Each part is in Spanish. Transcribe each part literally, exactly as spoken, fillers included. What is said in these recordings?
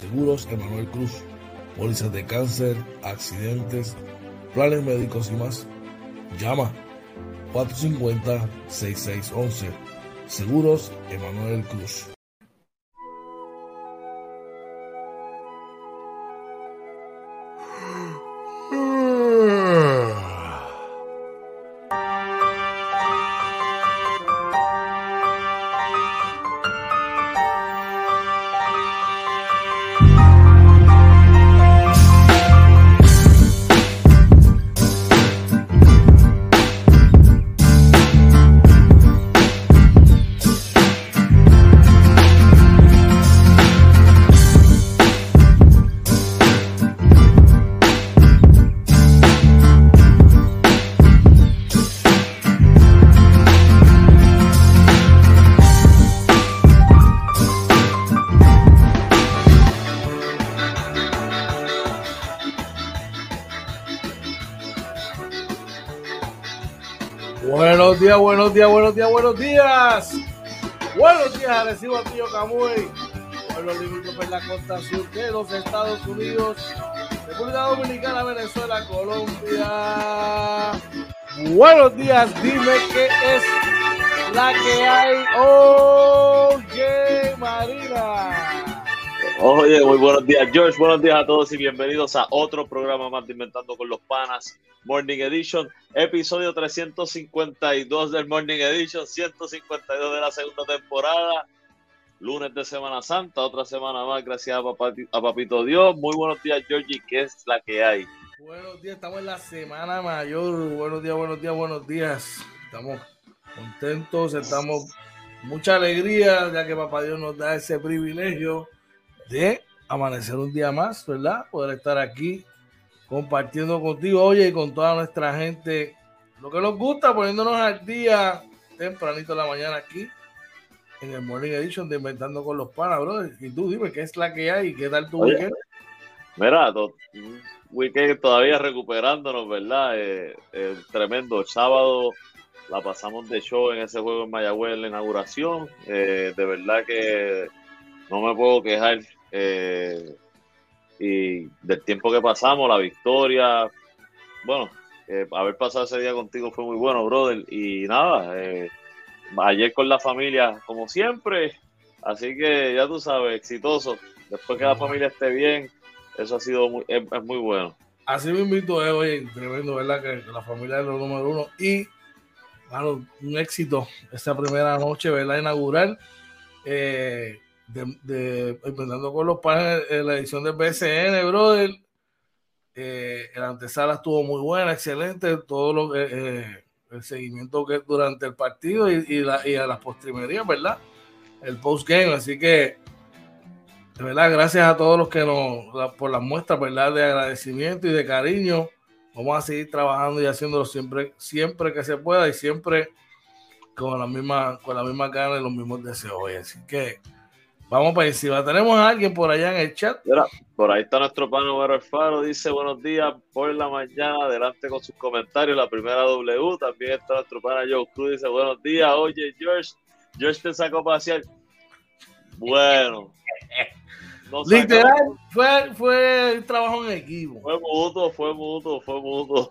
Seguros Emanuel Cruz, pólizas de cáncer, accidentes, planes médicos y más. Llama cuatro cinco cero, seis seis uno uno. Seguros Emanuel Cruz. Buenos días, buenos días, buenos días, buenos días. Buenos días, Arecibo, Atillo, Camuy. Pueblos limítrofes en la costa sur de los Estados Unidos, República Dominicana, Venezuela, Colombia. Buenos días, dime qué es la que hay. Oye, Marina. Oye, muy buenos días, George. Buenos días a todos y bienvenidos a otro programa más de Inventando con los Panas, Morning Edition, episodio trescientos cincuenta y dos del Morning Edition, ciento cincuenta y dos de la segunda temporada, lunes de Semana Santa, otra semana más, gracias a, papá, a Papito Dios. Muy buenos días, Georgie, ¿qué es la que hay? Buenos días, estamos en la Semana Mayor. Buenos días, buenos días, buenos días. Estamos contentos, estamos mucha alegría, ya que Papá Dios nos da ese privilegio de amanecer un día más, ¿verdad? Poder estar aquí compartiendo contigo, oye, y con toda nuestra gente, lo que nos gusta, poniéndonos al día tempranito en la mañana aquí en el Morning Edition de Inventando con los Panas, brother. Y tú dime, ¿qué es la que hay? ¿Qué tal tu Oye, weekend? Mira, to, un weekend todavía recuperándonos, ¿verdad? Eh, eh, tremendo. El sábado la pasamos de show en ese juego en Mayagüez en la inauguración. Eh, de verdad que no me puedo quejar. Eh, y del tiempo que pasamos, la victoria, bueno, eh, haber pasado ese día contigo fue muy bueno, brother, y nada, eh, ayer con la familia, como siempre, así que ya tú sabes, exitoso, después que la familia esté bien, eso ha sido muy, es, es muy bueno. Así me invito, eh, oye, tremendo, ¿verdad? Que la familia es lo número uno, y, bueno, un éxito esta primera noche, ¿verdad? Inaugural, eh, de, de Inventando con los Panas en la edición del B S N, brother. Eh, la antesala estuvo muy buena, excelente, todo lo que eh, el seguimiento que durante el partido y, y, la, y a las postrimerías, ¿verdad? El post game, así que de verdad, gracias a todos los que nos, la, por las muestras, ¿verdad? De agradecimiento y de cariño. Vamos a seguir trabajando y haciéndolo siempre, siempre que se pueda y siempre con la misma, con la misma gana y los mismos deseos. Hoy. Así que vamos para encima. Tenemos a alguien por allá en el chat. Mira, por ahí está nuestro pana Homero Alfaro, dice buenos días por la mañana, adelante con sus comentarios, la primera W. También está nuestro pana Joe Cruz, dice buenos días, oye George, George te sacó a pasear. Bueno, literal, fue, fue trabajo en equipo. Fue mutuo, fue mutuo, fue mutuo.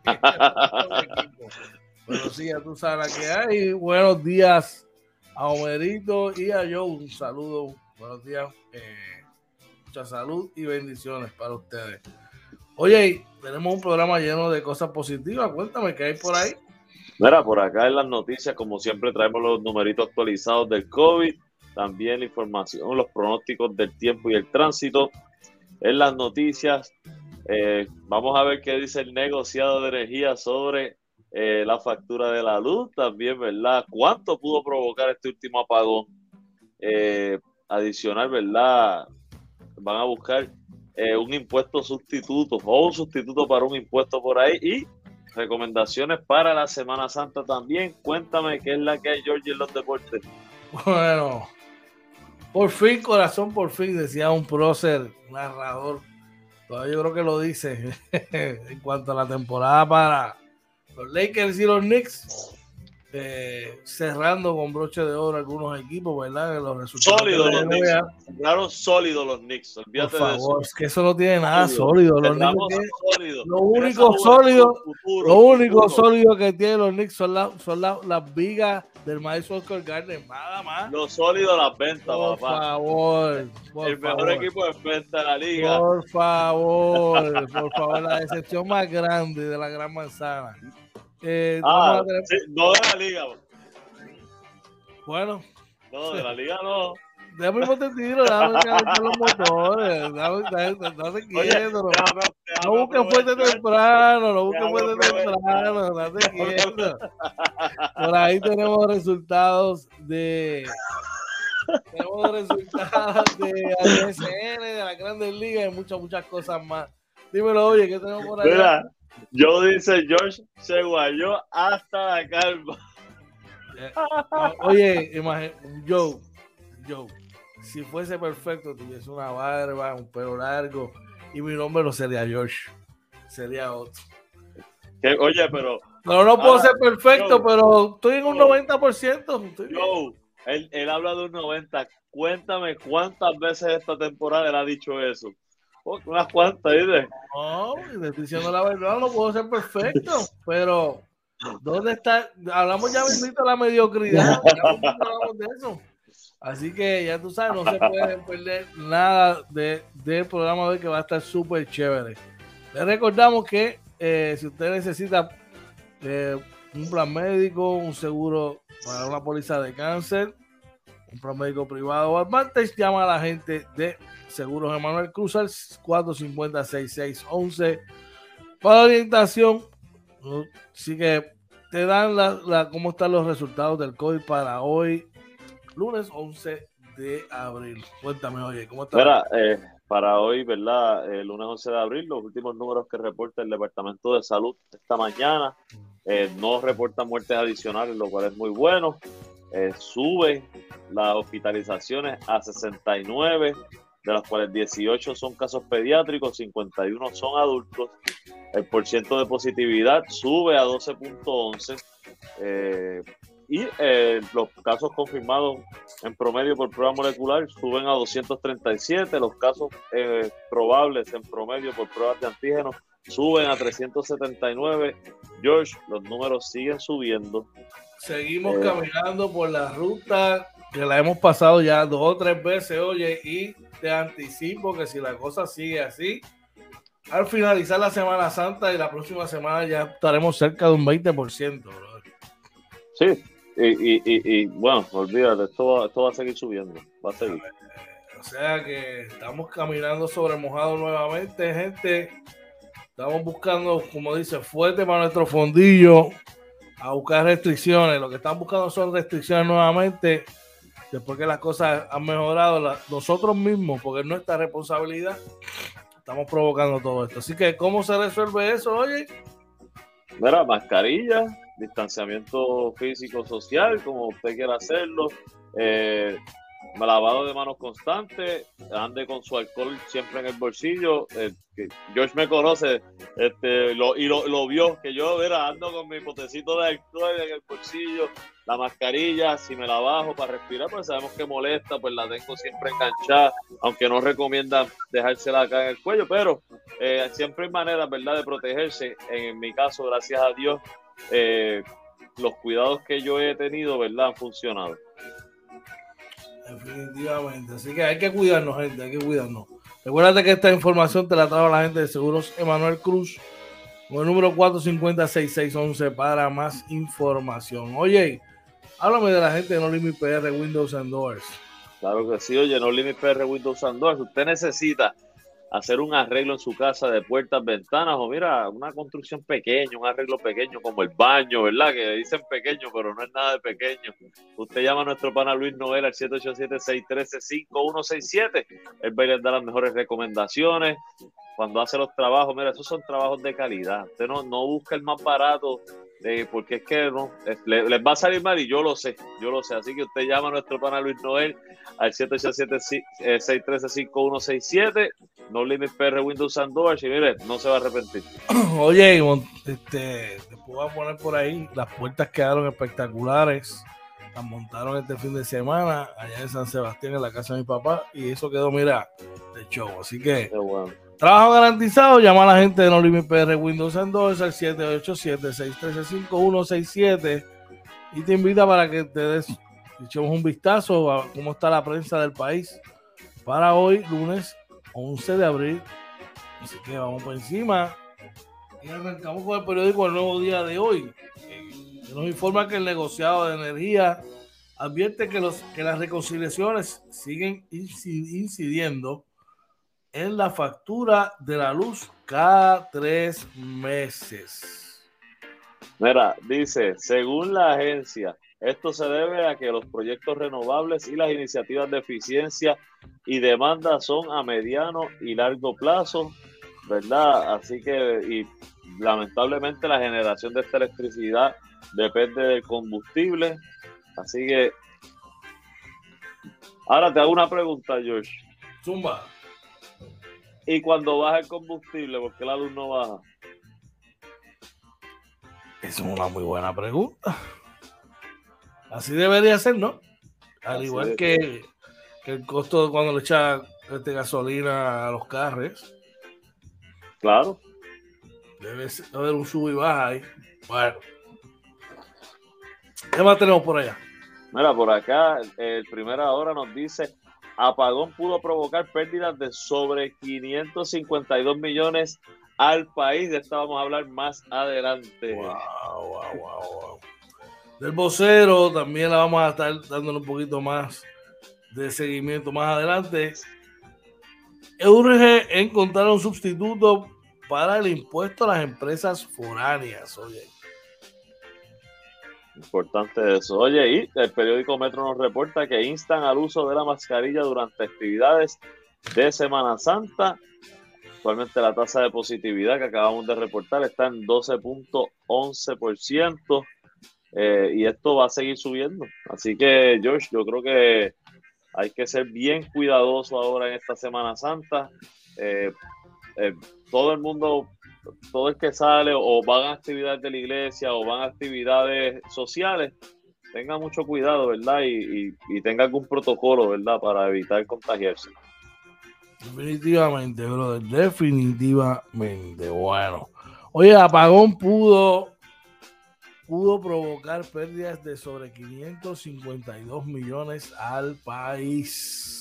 Pero sí, ya tú sabes la que hay. Buenos días a Homerito y a Joe. Un saludo. Buenos días. Eh, mucha salud y bendiciones para ustedes. Oye, tenemos un programa lleno de cosas positivas. Cuéntame qué hay por ahí. Mira, por acá en las noticias, como siempre, traemos los numeritos actualizados del COVID. También la información, los pronósticos del tiempo y el tránsito. En las noticias, eh, vamos a ver qué dice el negociado de energía sobre eh, la factura de la luz. También, ¿verdad? ¿Cuánto pudo provocar este último apagón? Eh, adicional, ¿verdad? Van a buscar eh, un impuesto sustituto o un sustituto para un impuesto por ahí. Y recomendaciones para la Semana Santa también. Cuéntame qué es la que hay, Georgie, en los deportes. Bueno, por fin, corazón, por fin, decía un prócer, narrador. Todavía yo creo que lo dice en cuanto a la temporada para los Lakers y los Knicks. eh, cerrando con broche de oro algunos equipos, ¿verdad? Los resultados sólidos los Knicks, cerraron sólidos los Knicks, olvídate por favor, de eso. Es que eso no tiene nada sólido. Los Knicks sólido. Lo único sólido, futuro, lo único futuro. sólido que tienen los Knicks son, la, son la, las vigas del Madison Square Garden, nada más. Lo sólido las ventas, por papá. Favor, por El favor. mejor equipo de venta de la liga. Por favor, por favor, la decepción más grande de la Gran Manzana. Eh, ah, no, tener... sí, no de la liga. Bueno. No, de la liga no. Déjame un tiro, déjame calentar los motores, date quieto, no busques fuerte temprano, no busques fuerte temprano, date quieto. Por ahí tenemos resultados de tenemos resultados de A S N, de la Grandes Ligas y muchas, muchas cosas más. Dímelo, oye, ¿qué tenemos por ahí? Mira, yo dice George se guayó hasta la calma. Oye, imagínate, Joe, Joe, si fuese perfecto, tuviese una barba, un pelo largo, y mi nombre no sería George, sería otro. ¿Qué? Oye, pero... No, no puedo ah, ser perfecto, Joe, pero estoy en un Joe, noventa por ciento. Joe, él, él habla de un noventa. Cuéntame cuántas veces esta temporada él ha dicho eso. Oh, unas cuantas, ¿viste? No, le estoy diciendo la verdad, no puedo ser perfecto, pero... ¿Dónde está? Hablamos ya bendito de la mediocridad, ya hablamos de eso. Así que ya tú sabes, no se puede perder nada de, del programa de hoy, que va a estar súper chévere. Les recordamos que eh, si usted necesita eh, un plan médico, un seguro para una póliza de cáncer, un plan médico privado o Advantage, llama a la gente de Seguros Emanuel Cruz al cuatro cinco cero, seis seis uno uno para orientación. Así que te dan la, la, cómo están los resultados del COVID para hoy, lunes once de abril. Cuéntame, oye, ¿cómo está? Mira, eh, para hoy, ¿verdad? El lunes once de abril, los últimos números que reporta el Departamento de Salud esta mañana, eh, no reporta muertes adicionales, lo cual es muy bueno. Eh, sube las hospitalizaciones a sesenta y nueve, de las cuales dieciocho son casos pediátricos, cincuenta y uno son adultos. El porciento de positividad sube a doce punto once eh, y eh, los casos confirmados en promedio por prueba molecular suben a doscientos treinta y siete. Los casos eh, probables en promedio por pruebas de antígenos suben a trescientos setenta y nueve. George, los números siguen subiendo. Seguimos eh, caminando por la ruta que la hemos pasado ya dos o tres veces, oye, y te anticipo que si la cosa sigue así, al finalizar la Semana Santa y la próxima semana ya estaremos cerca de un veinte por ciento. Brother. Sí, y, y, y, y bueno, olvídate, esto va, esto va a seguir subiendo, va a seguir. O sea que estamos caminando sobre mojado nuevamente, gente. Estamos buscando, como dice, fuerte para nuestro fondillo, a buscar restricciones. Lo que están buscando son restricciones nuevamente. Después que las cosas han mejorado, la, nosotros mismos, porque es nuestra responsabilidad, estamos provocando todo esto. Así que, ¿cómo se resuelve eso, oye? Mira, mascarilla, distanciamiento físico social, como usted quiera hacerlo, eh, lavado de manos constante, ande con su alcohol siempre en el bolsillo. Eh, que George me conoce este, lo, y lo, lo vio, que yo mira, ando con mi potecito de alcohol en el bolsillo, la mascarilla, si me la bajo para respirar, pues sabemos que molesta, pues la tengo siempre enganchada, aunque no recomiendan dejársela acá en el cuello, pero eh, siempre hay maneras, ¿verdad?, de protegerse. En mi caso, gracias a Dios, eh, los cuidados que yo he tenido, ¿verdad?, han funcionado. Definitivamente, así que hay que cuidarnos, gente, hay que cuidarnos. Recuérdate que esta información te la trajo la gente de Seguros Emanuel Cruz con el número cuatro cinco cero, seis seis uno uno para más información. Oye, háblame de la gente de No Limit P R Windows and Doors. Claro que sí, oye, No Limit P R Windows and Doors. Usted necesita hacer un arreglo en su casa de puertas, ventanas, o mira, una construcción pequeña, un arreglo pequeño como el baño, ¿verdad? Que dicen pequeño, pero no es nada de pequeño. Usted llama a nuestro pana Luis Noel al siete ocho siete, seis uno tres, cinco uno seis siete. Él va a dar las mejores recomendaciones. Cuando hace los trabajos, mira, esos son trabajos de calidad. Usted no, no busca el más barato, eh, porque es que no, es, le, les va a salir mal, y yo lo sé, yo lo sé. Así que usted llama a nuestro pana Luis Noel al siete ocho siete, seis uno tres, cinco uno seis siete. No Limit P R Windows and Doors, y mire, no se va a arrepentir. Oye, este, voy a poner por ahí, las puertas quedaron espectaculares. Las montaron este fin de semana allá en San Sebastián, en la casa de mi papá, y eso quedó, mira, de show. Así que, bueno. Trabajo garantizado. Llama a la gente de No Limit P R Windows and Doors al siete ocho siete, seis uno tres, cinco uno seis siete y te invita para que te des, echemos un vistazo a cómo está la prensa del país para hoy, lunes once de abril. Así que vamos por encima y arrancamos con el periódico El Nuevo Día de hoy, que nos informa que el negociado de energía advierte que, los, que las reconciliaciones siguen incidiendo en la factura de la luz cada tres meses. Mira, dice, según la agencia, esto se debe a que los proyectos renovables y las iniciativas de eficiencia y demanda son a mediano y largo plazo, ¿verdad? Así que, y lamentablemente la generación de esta electricidad depende del combustible. Así que, ahora te hago una pregunta, George. Zumba. Y cuando baja el combustible, ¿por qué la luz no baja? Esa es una muy buena pregunta. Así debería ser, ¿no? Al Así igual que, que el costo de cuando le echa este, gasolina a los carros. Claro. Debe haber un sub y baja ahí. Bueno. ¿Qué más tenemos por allá? Mira, por acá, el Primera Hora nos dice: apagón pudo provocar pérdidas de sobre quinientos cincuenta y dos millones al país. De esto vamos a hablar más adelante. Wow, wow, wow, wow. Del vocero también la vamos a estar dándole un poquito más de seguimiento más adelante. Urge encontrar un sustituto para el impuesto a las empresas foráneas. Oye. Importante eso. Oye, y el periódico Metro nos reporta que instan al uso de la mascarilla durante actividades de Semana Santa. Actualmente la tasa de positividad que acabamos de reportar está en doce punto once por ciento eh, y esto va a seguir subiendo. Así que, George, yo creo que hay que ser bien cuidadoso ahora en esta Semana Santa. Eh, eh, todo el mundo... todo el que sale o van a actividades de la iglesia o van a actividades sociales, tenga mucho cuidado, ¿verdad? Y, y, y tenga algún protocolo, ¿verdad? Para evitar contagiarse. Definitivamente, brother, definitivamente. Bueno, oye, apagón pudo pudo provocar pérdidas de sobre quinientos cincuenta y dos millones al país.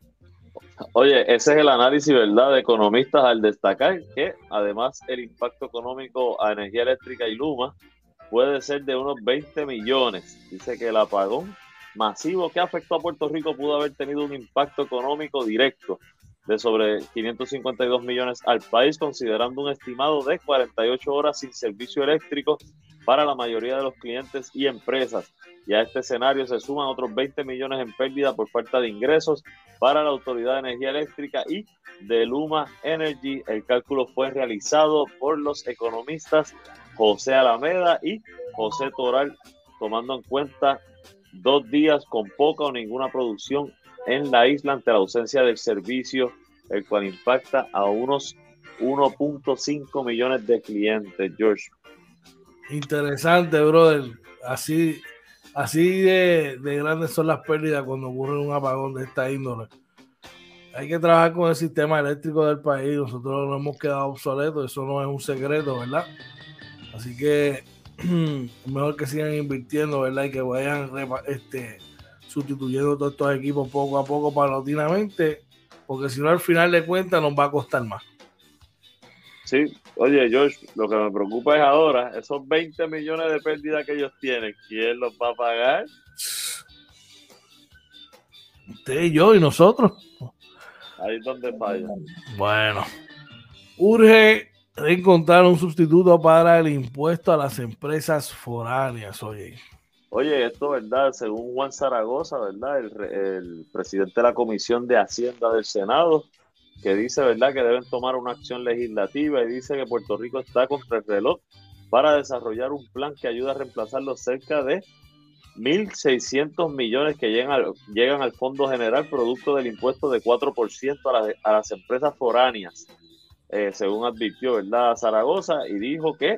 Oye, ese es el análisis, ¿verdad?, de economistas al destacar que además el impacto económico a energía eléctrica y Luma puede ser de unos veinte millones. Dice que el apagón masivo que afectó a Puerto Rico pudo haber tenido un impacto económico directo de sobre quinientos cincuenta y dos millones al país, considerando un estimado de cuarenta y ocho horas sin servicio eléctrico para la mayoría de los clientes y empresas. Y a este escenario se suman otros veinte millones en pérdida por falta de ingresos para la Autoridad de Energía Eléctrica y de Luma Energy. El cálculo fue realizado por los economistas José Alameda y José Toral, tomando en cuenta dos días con poca o ninguna producción en la isla ante la ausencia del servicio, el cual impacta a unos uno punto cinco millones de clientes, George. Interesante, brother. Así, así de, de grandes son las pérdidas cuando ocurre un apagón de esta índole. Hay que trabajar con el sistema eléctrico del país. Nosotros no hemos quedado obsoletos, eso no es un secreto, ¿verdad? Así que es mejor que sigan invirtiendo, ¿verdad? Y que vayan este, sustituyendo todos estos equipos poco a poco, paulatinamente, porque si no, al final de cuentas nos va a costar más. Sí, oye, George, lo que me preocupa es ahora, esos veinte millones de pérdidas que ellos tienen, ¿quién los va a pagar? Usted y yo y nosotros. Ahí es donde falla. Bueno, urge encontrar un sustituto para el impuesto a las empresas foráneas, oye. Oye, esto, ¿verdad? Según Juan Zaragoza, ¿verdad? El, el presidente de la Comisión de Hacienda del Senado, que dice, ¿verdad?, que deben tomar una acción legislativa y dice que Puerto Rico está contra el reloj para desarrollar un plan que ayude a reemplazar los cerca de mil seiscientos millones que llegan al, llegan al Fondo General producto del impuesto de cuatro por ciento a, la, a las empresas foráneas, eh, según advirtió, ¿verdad?, Zaragoza, y dijo que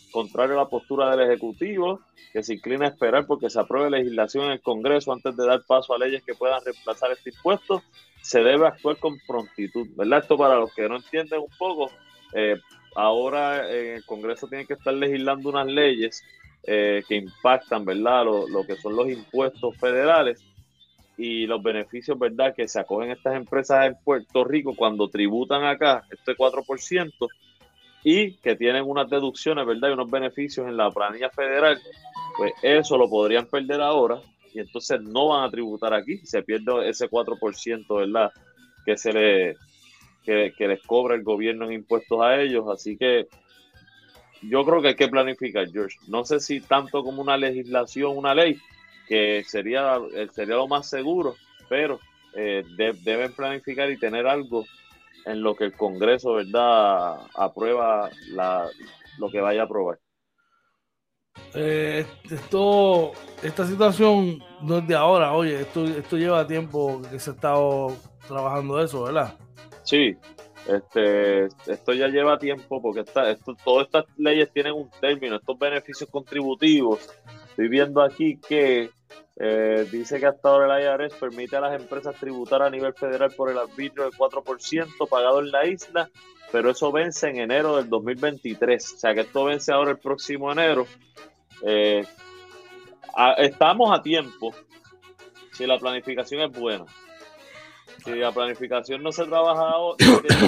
contrario a la postura del Ejecutivo, que se inclina a esperar porque se apruebe legislación en el Congreso antes de dar paso a leyes que puedan reemplazar este impuesto, se debe actuar con prontitud, ¿verdad? Esto para los que no entienden un poco, eh, ahora en el Congreso tienen que estar legislando unas leyes eh, que impactan, ¿verdad?, lo, lo que son los impuestos federales y los beneficios, ¿verdad?, que se acogen estas empresas en Puerto Rico cuando tributan acá este cuatro por ciento y que tienen unas deducciones, ¿verdad?, y unos beneficios en la planilla federal, pues eso lo podrían perder ahora y entonces no van a tributar aquí, se pierde ese cuatro por ciento, ¿verdad?, que se le que, que les cobra el gobierno en impuestos a ellos. Así que yo creo que hay que planificar, George. No sé si tanto como una legislación, una ley, que sería, sería lo más seguro, pero eh, de, deben planificar y tener algo en lo que el Congreso, ¿verdad?, aprueba la, lo que vaya a aprobar. Eh, esto, esta situación no es de ahora, oye, esto, esto lleva tiempo que se ha estado trabajando eso, ¿verdad? Sí, este, esto ya lleva tiempo porque esta, esto, todas estas leyes tienen un término, estos beneficios contributivos. Estoy viendo aquí que eh, dice que hasta ahora el I R S permite a las empresas tributar a nivel federal por el arbitrio del cuatro por ciento pagado en la isla, pero eso vence en enero del dos mil veintitrés, o sea que esto vence ahora el próximo enero. Eh, a, estamos a tiempo si la planificación es buena. Si la planificación no se trabaja ahora.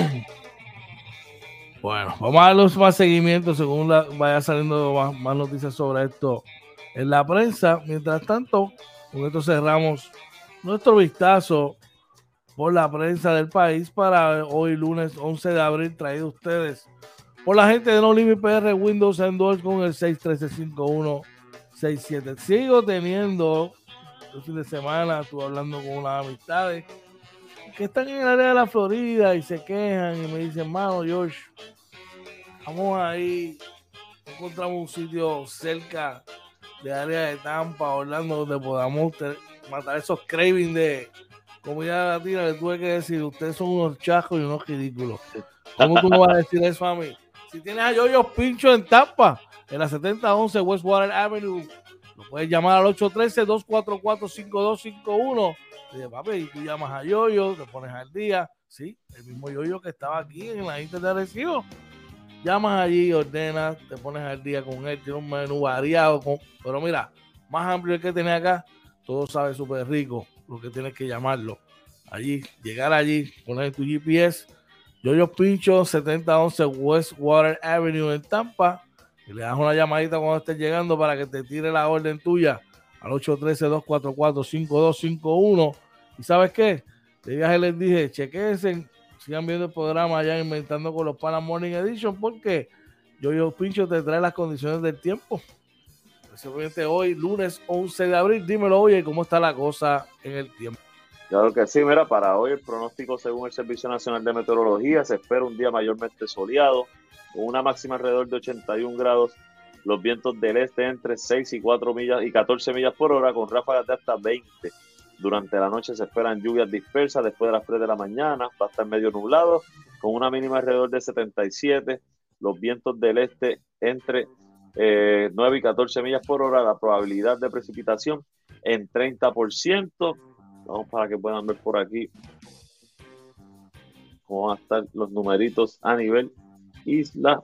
Bueno, vamos a darle más seguimiento según la, vaya saliendo más, más noticias sobre esto en la prensa. Mientras tanto, con esto cerramos nuestro vistazo por la prensa del país para hoy lunes once de abril, traído a ustedes por la gente de No Limit P R, Windows and Doors con el seis uno tres cinco uno seis siete. Sigo teniendo el fin de semana, estuve hablando con unas amistades que están en el área de la Florida y se quejan y me dicen, mano, George, vamos ahí, encontramos un sitio cerca de área de Tampa, Orlando, donde podamos ter- matar esos cravings de comida latina. Le tuve que decir, ustedes son unos chascos y unos ridículos. ¿Cómo tú no vas a decir eso a mí? Si tienes a Yoyos Pincho en Tampa, en la setenta once Westwater Avenue, lo puedes llamar al ocho uno tres, dos cuatro cuatro, cinco dos cinco uno. Dice, papi, y tú llamas a Yoyo, te pones al día. Sí, el mismo Yoyo que estaba aquí en la Inter de Arecibo. Llamas allí, ordenas, te pones al día con él, tiene un menú variado, con, pero mira, más amplio el que tiene acá, todo sabe súper rico, lo que tienes que llamarlo. Allí, llegar allí, poner tu G P S, Yoyo Pincho, setenta once Westwater Avenue en Tampa, y le das una llamadita cuando estés llegando para que te tire la orden tuya al ocho uno tres, dos cuatro cuatro, cinco dos cinco uno. ¿Y sabes qué? De viaje les dije, chequense, sigan viendo el programa allá Inventando con los Panas Morning Edition, porque Yoyo Pincho te trae las condiciones del tiempo. Especialmente hoy, lunes once de abril. Dímelo, oye, ¿cómo está la cosa en el tiempo? Claro que sí, mira, para hoy el pronóstico según el Servicio Nacional de Meteorología se espera un día mayormente soleado, con una máxima alrededor de ochenta y un grados, los vientos del este entre seis y cuatro millas y catorce millas por hora, con ráfagas de hasta veinte. Durante la noche se esperan lluvias dispersas después de las tres de la mañana, va a estar medio nublado, con una mínima alrededor de setenta y siete, los vientos del este entre eh, nueve y catorce millas por hora, la probabilidad de precipitación en treinta por ciento. Vamos para que puedan ver por aquí cómo van a estar los numeritos a nivel isla.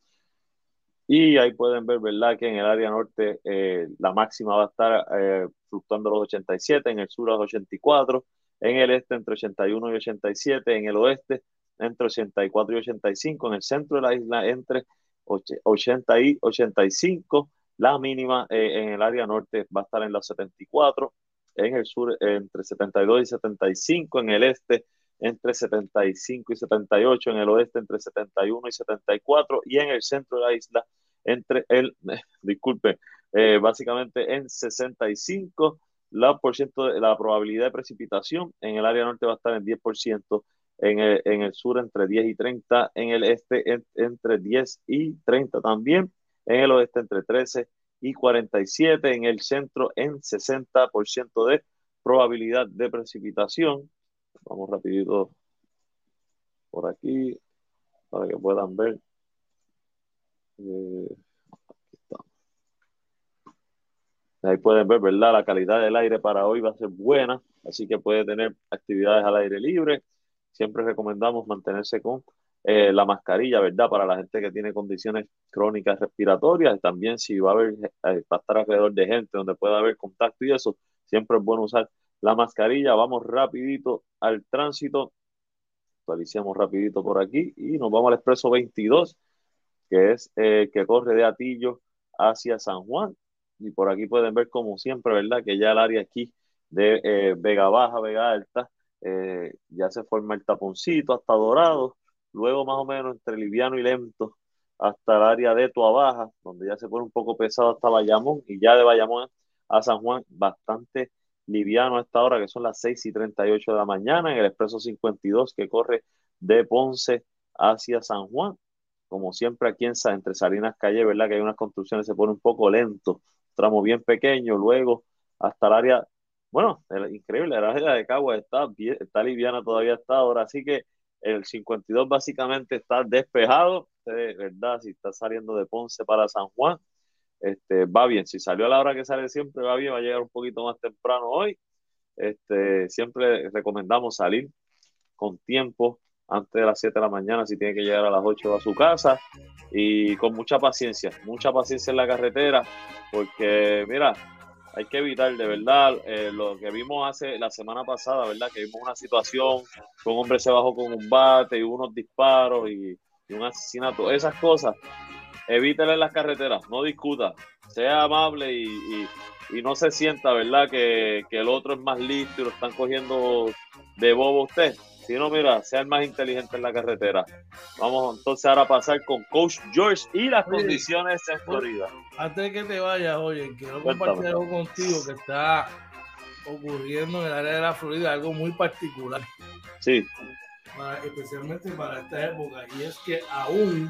Y ahí pueden ver, ¿verdad?, que en el área norte eh, la máxima va a estar eh, fluctuando los ochenta y siete, en el sur a los ochenta y cuatro, en el este entre ochenta y uno y ochenta y siete, en el oeste entre ochenta y cuatro y ochenta y cinco, en el centro de la isla entre ochenta y ochenta y cinco, la mínima eh, en el área norte va a estar en los setenta y cuatro, en el sur eh, entre setenta y dos y setenta y cinco, en el este entre setenta y cinco y setenta y ocho, en el oeste entre setenta y uno y setenta y cuatro, y en el centro de la isla entre el, eh, disculpe, eh, básicamente en sesenta y cinco. La, por ciento de, la probabilidad de precipitación en el área norte va a estar en diez por ciento, en el, en el sur entre diez y treinta, en el este en, entre diez y treinta también, en el oeste entre trece y cuarenta y siete, en el centro en sesenta por ciento de probabilidad de precipitación. Vamos rapidito por aquí para que puedan ver. Eh, Ahí pueden ver, ¿verdad? La calidad del aire para hoy va a ser buena, así que puede tener actividades al aire libre. Siempre recomendamos mantenerse con eh, la mascarilla, ¿verdad? Para la gente que tiene condiciones crónicas respiratorias. También si va a haber, eh, va a estar alrededor de gente donde pueda haber contacto y eso, siempre es bueno usar la mascarilla. Vamos rapidito al tránsito. Actualicemos rapidito por aquí y nos vamos al expreso veintidós, que es eh, que corre de Atillo hacia San Juan. Y por aquí pueden ver, como siempre, ¿verdad? Que ya el área aquí de eh, Vega Baja, Vega Alta, eh, ya se forma el taponcito hasta Dorado, luego más o menos entre liviano y lento hasta el área de Toa Baja, donde ya se pone un poco pesado hasta Bayamón, y ya de Bayamón a San Juan bastante liviano a esta hora, que son las seis y treinta y ocho de la mañana, en el expreso cincuenta y dos que corre de Ponce hacia San Juan. Como siempre aquí en, entre Salinas Calle, ¿verdad? Que hay unas construcciones, se pone un poco lento, tramo bien pequeño, luego hasta el área, bueno, el, increíble, el área de Caguas está, está liviana todavía hasta ahora, así que el cincuenta y dos básicamente está despejado, ¿verdad? Si está saliendo de Ponce para San Juan, este, va bien, si salió a la hora que sale siempre va bien, va a llegar un poquito más temprano hoy, este, siempre recomendamos salir con tiempo, antes de las siete de la mañana, si tiene que llegar a las ocho a su casa, y con mucha paciencia, mucha paciencia en la carretera, porque mira, hay que evitar de verdad eh, lo que vimos hace la semana pasada, ¿verdad? Que vimos una situación que un hombre se bajó con un bate y unos disparos y, y un asesinato, esas cosas, evítele en las carreteras, no discuta, sea amable y, y, y no se sienta, ¿verdad? Que, que el otro es más listo y lo están cogiendo de bobo usted. Si no, mira, sea el más inteligente en la carretera. Vamos entonces ahora a pasar con Coach George y las oye, condiciones en Florida. Antes de que te vayas, oye, quiero compartir algo contigo que está ocurriendo en el área de la Florida, algo muy particular. Sí. Para, especialmente para esta época, y es que aún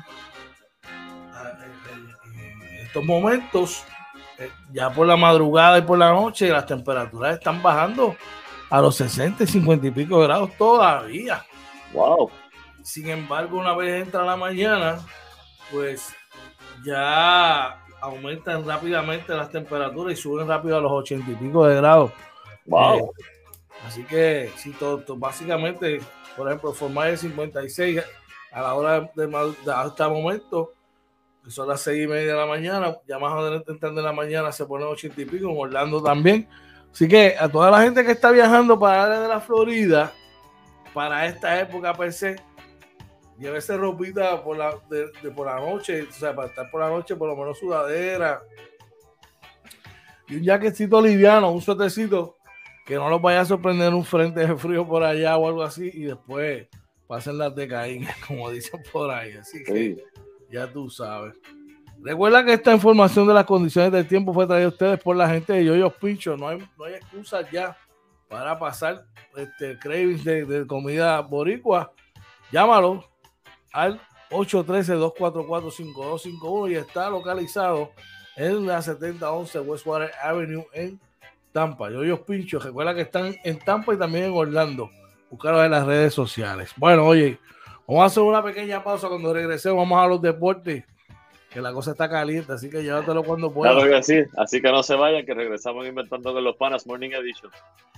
en estos momentos, ya por la madrugada y por la noche, las temperaturas están bajando a los sesenta y cincuenta y pico grados todavía. Wow. Sin embargo, una vez entra la mañana, pues ya aumentan rápidamente las temperaturas y suben rápido a los ochenta y pico de grados. Wow. Eh, así que, si todo, todo, básicamente, por ejemplo, formar el cincuenta y seis a la hora de, de, de hasta el momento, que son las seis y media de la mañana, ya más adelante entrando en la mañana se pone ochenta y pico, en Orlando también. Así que a toda la gente que está viajando para el área de la Florida, para esta época per se, llévese ropita por la, de, de por la noche, o sea, para estar por la noche, por lo menos sudadera, y un jaquecito liviano, un suétercito, que no los vaya a sorprender un frente de frío por allá o algo así, y después pasen las decaídas, como dicen por ahí. Así que sí, ya tú sabes. Recuerda que esta información de las condiciones del tiempo fue traída a ustedes por la gente de Yoyos Pincho. No hay, no hay excusas ya para pasar este cravings de, de comida boricua. Llámalo al ocho uno tres, dos cuatro cuatro, cinco dos cinco uno y está localizado en la setenta once Westwater Avenue en Tampa. Yoyos Pincho. Recuerda que están en Tampa y también en Orlando. Búscalos en las redes sociales. Bueno, oye, vamos a hacer una pequeña pausa. Cuando regresemos vamos a los deportes, que la cosa está caliente, así que llévatelo cuando puedas. Claro que sí, así que no se vayan, que regresamos Inventando con los Panas Morning Edition.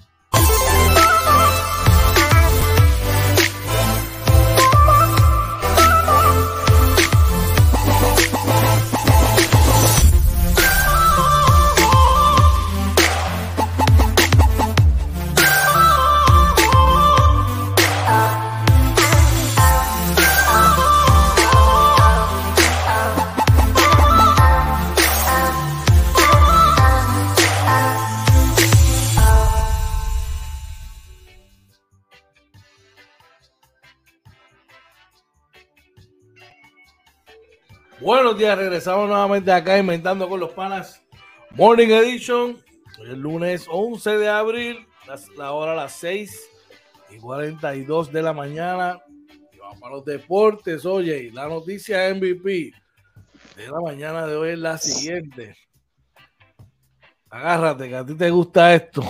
Buenos días, regresamos nuevamente acá Inventando con los Panas Morning Edition. Hoy es el lunes once de abril, la hora a las seis y cuarenta y dos de la mañana. Y vamos a los deportes. Oye, la noticia M V P de la mañana de hoy es la siguiente. Agárrate, que a ti te gusta esto.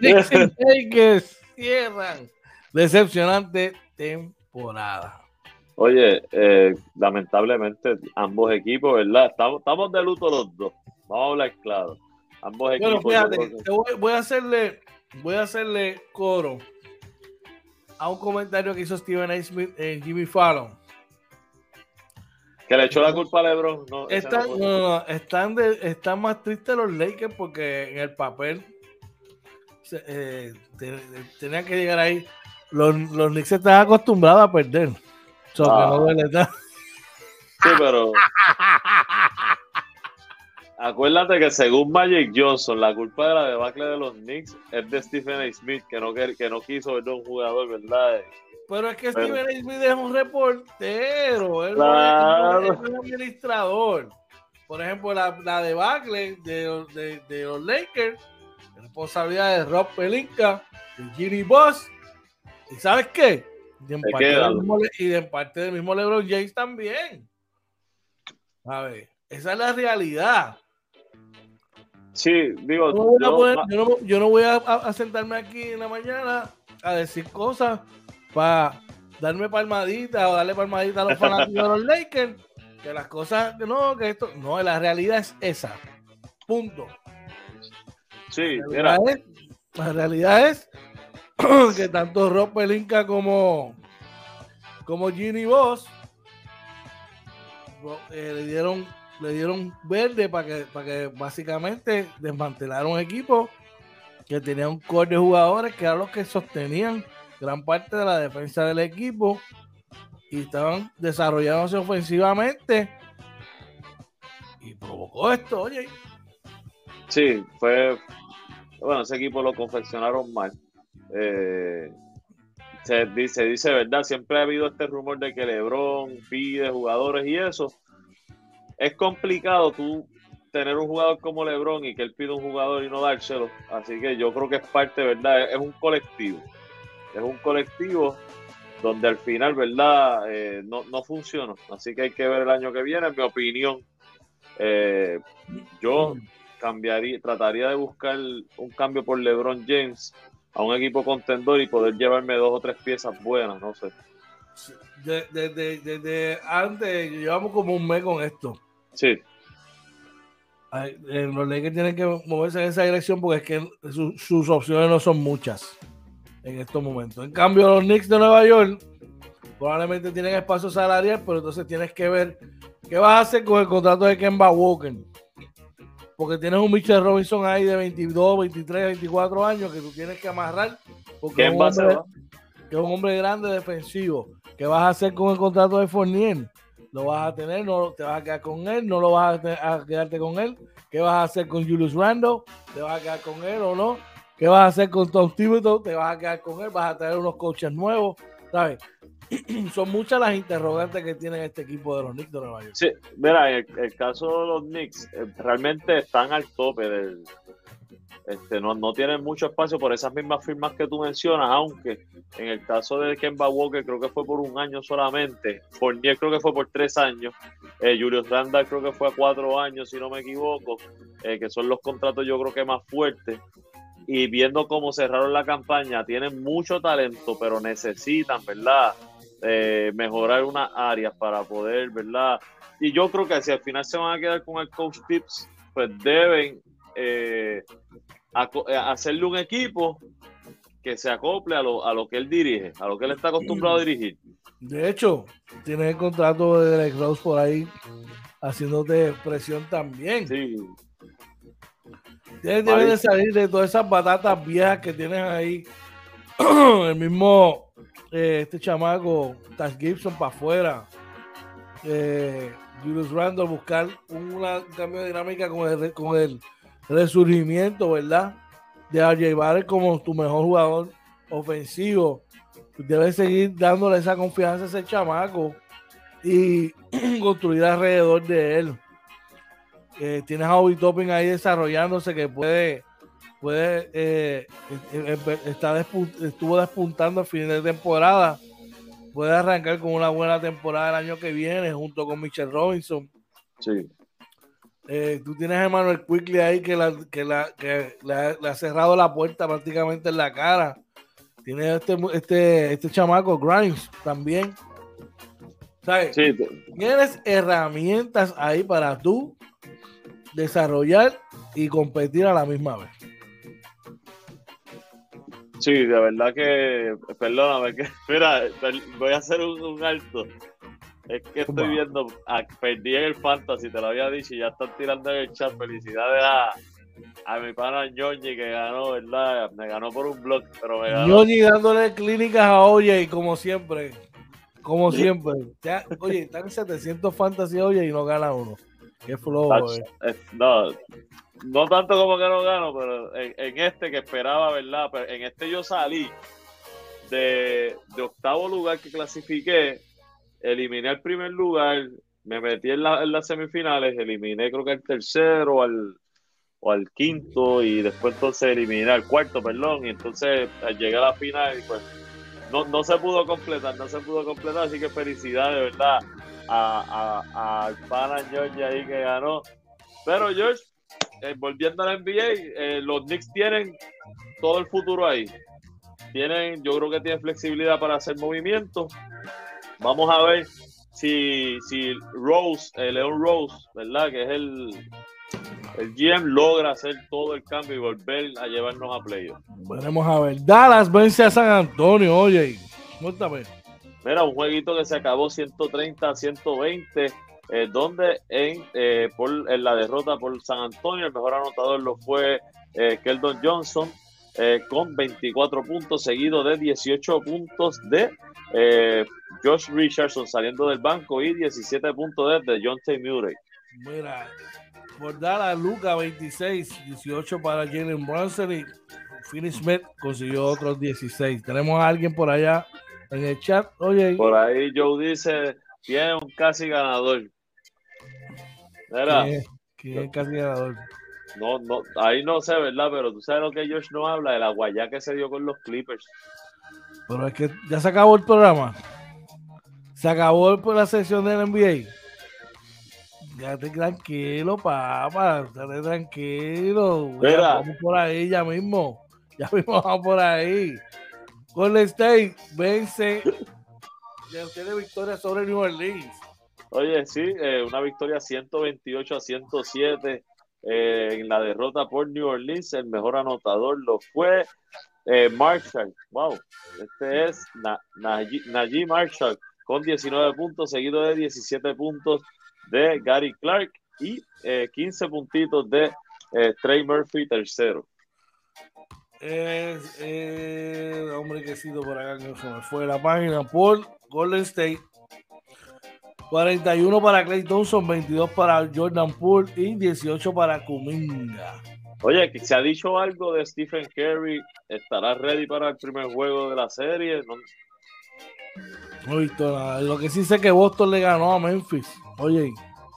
Que cierran decepcionante temporada. Oye, eh, lamentablemente ambos equipos, ¿verdad? Estamos, estamos de luto los dos. Vamos a hablar claro. Ambos Bueno, equipos. fíjate, Yo creo que... te voy, voy a hacerle, voy a hacerle coro a un comentario que hizo Stephen A. Smith en Jimmy Fallon. Que le echó la culpa a LeBron. No, están, no no, no, están, de, están más tristes los Lakers porque en el papel eh, te, tenían que llegar ahí. Los, los Knicks estaban acostumbrados a perder. So ah. que no duele nada. Sí, pero acuérdate que según Magic Johnson, la culpa de la debacle de los Knicks es de Stephen A. Smith, que no, que no quiso ver a un jugador, ¿verdad? Pero es que pero, Stephen A. Smith es un reportero, él, claro. no es, él no es un administrador. Por ejemplo, la, la debacle de, de, de los Lakers, responsabilidad de Rob Pelinka, de Jimmy Boss, ¿y sabes qué? Y en, parte del mismo, y en parte del mismo LeBron James también. A ver, esa es la realidad. Sí, digo, yo no voy, yo, a, poner, yo no, yo no voy a, a sentarme aquí en la mañana a decir cosas para darme palmaditas o darle palmaditas a los fanáticos de los Lakers, que las cosas, no, que esto, no, la realidad es esa. Punto. Sí, la realidad, mira. es, la realidad es que tanto Rob Pelinka como, como Ginny Boss eh, le dieron le dieron verde para que, para que básicamente desmantelaran un equipo que tenía un core de jugadores que eran los que sostenían gran parte de la defensa del equipo y estaban desarrollándose ofensivamente y provocó esto, oye. Sí, fue bueno, ese equipo lo confeccionaron mal. Eh, se dice, dice verdad, siempre ha habido este rumor de que LeBron pide jugadores y eso. Es complicado tú tener un jugador como LeBron y que él pide un jugador y no dárselo. Así que yo creo que es parte, ¿verdad? Es un colectivo. Es un colectivo donde al final, ¿verdad? Eh, no, no funciona. Así que hay que ver el año que viene. En mi opinión, eh, yo cambiaría, trataría de buscar un cambio por LeBron James a un equipo contendor y poder llevarme dos o tres piezas buenas, no sé. Desde de, de, de antes, llevamos como un mes con esto. Sí. Ay, los Lakers tienen que moverse en esa dirección porque es que su, sus opciones no son muchas en estos momentos. En cambio, los Knicks de Nueva York probablemente tienen espacio salarial, pero entonces tienes que ver qué vas a hacer con el contrato de Kemba Walker. Porque tienes un Mitchell Robinson ahí de veintidós, veintitrés, veinticuatro años que tú tienes que amarrar. Porque es un, hombre, que es un hombre grande defensivo. ¿Qué vas a hacer con el contrato de Fournier? ¿Lo vas a tener? ¿No te vas a quedar con él? ¿No lo vas a, a quedarte con él? ¿Qué vas a hacer con Julius Randle? ¿Te vas a quedar con él o no? ¿Qué vas a hacer con Tom Thibodeau? ¿Te vas a quedar con él? ¿Vas a traer unos coaches nuevos? ¿Sabes? Son muchas las interrogantes que tienen este equipo de los Knicks de Nueva York. Sí, mira, el, el caso de los Knicks eh, realmente están al tope del... Este, no, no tienen mucho espacio por esas mismas firmas que tú mencionas, aunque en el caso de Kemba Walker creo que fue por un año solamente, Fournier creo que fue por tres años, eh, Julius Randle creo que fue a cuatro años si no me equivoco, eh, que son los contratos yo creo que más fuertes, y viendo cómo cerraron la campaña, tienen mucho talento, pero necesitan, ¿verdad?, eh, mejorar unas áreas para poder, ¿verdad?, y yo creo que si al final se van a quedar con el coach Tips, pues deben eh, a, a hacerle un equipo que se acople a lo, a lo que él dirige, a lo que él está acostumbrado a dirigir. De hecho, tienes el contrato de Derrick Rose por ahí haciéndote presión también. Sí. Tienes debes de salir de todas esas batatas viejas que tienes ahí. El mismo eh, este chamaco, Taj Gibson para afuera. Eh, Julius Randle, buscar una, un cambio de dinámica con el, con el resurgimiento, ¿verdad?, de R J Barrett como tu mejor jugador ofensivo. Debes seguir dándole esa confianza a ese chamaco y construir alrededor de él. Eh, tienes a Obi Toppin ahí desarrollándose que puede, puede eh, está despunt, estuvo despuntando a fin de temporada. Puede arrancar con una buena temporada el año que viene junto con Mitchell Robinson. Sí. Eh, tú tienes a Emmanuel Quickley ahí que, la, que, la, que la, le ha cerrado la puerta prácticamente en la cara. Tienes este, este, este chamaco Grimes también, ¿Sabes? Sí, Tienes herramientas ahí para tú desarrollar y competir a la misma vez. sí, de verdad que, perdóname, que, mira, voy a hacer un, un alto. Es que estoy viendo, a, perdí en el Fantasy, te lo había dicho, y ya están tirando en el chat. Felicidades a, a mi pana Ñoñi que ganó, ¿verdad? Me ganó por un blog, pero me ganó. Ñoñi dándole clínicas a Oye, como siempre. Como siempre. Ya, oye, están setecientos Fantasy Oye y no gana uno. Qué flojo, eh. No, no tanto como que no gano, pero en, en este que esperaba, ¿verdad? Pero en este yo salí de, de octavo lugar que clasifiqué, eliminé el primer lugar, me metí en, la, en las semifinales, eliminé creo que el tercero al, o al quinto y después entonces eliminé al cuarto, perdón, y entonces llegué a la final y pues no, no se pudo completar, no se pudo completar, así que felicidades, de verdad, a, a, al pana George ahí que ganó. Pero George, eh, volviendo a la N B A, eh, los Knicks tienen todo el futuro ahí. Tienen, yo creo que tienen flexibilidad para hacer movimientos. Vamos a ver si, si Rose, eh, Leon Rose, ¿verdad? Que es el, el G M, logra hacer todo el cambio y volver a llevarnos a playoff. Veremos a ver. Dallas vence a San Antonio, oye. Cuéntame. Mira, un jueguito que se acabó ciento treinta a ciento veinte, eh, donde en, eh, por, en la derrota por San Antonio, el mejor anotador lo fue eh, Keldon Johnson, eh, con veinticuatro puntos, seguido de dieciocho puntos de eh, Josh Richardson saliendo del banco y diecisiete puntos de John T. Murray. Mira, por Dallas, Luka veintiséis, dieciocho para Jalen Brunson y Finney Smith consiguió otros dieciséis. Tenemos a alguien por allá en el chat. Oye, por ahí Joe dice, tiene un casi ganador. Mira, ¿quién es, ¿quién es casi ganador? No, no, ahí no sé, ¿verdad? Pero tú sabes lo que Josh no habla, de la guayá que se dio con los Clippers. Pero es que ya se acabó el programa. Se acabó por la sesión del N B A. Quédate tranquilo, papá. Quédate tranquilo. Ya vamos por ahí, ya mismo. Ya mismo vamos por ahí. Golden State vence. Ya tiene victoria sobre New Orleans. Oye, sí, eh, una victoria ciento veintiocho a ciento siete eh, en la derrota por New Orleans. El mejor anotador lo fue eh, Marshall. Wow, este es Na, Najee, Najee Marshall con diecinueve puntos, seguido de diecisiete puntos de Gary Clark y eh, quince puntitos de eh, Trey Murphy, tercero. Es eh, hombre que sido por acá que se me fue la página por Golden State. cuarenta y uno para Klay Thompson, veintidós para Jordan Poole y dieciocho para Kuminga. Oye, ¿se ha dicho algo de Stephen Curry? ¿Estará ready para el primer juego de la serie? No, no he visto nada. Lo que sí sé es que Boston le ganó a Memphis. Oye.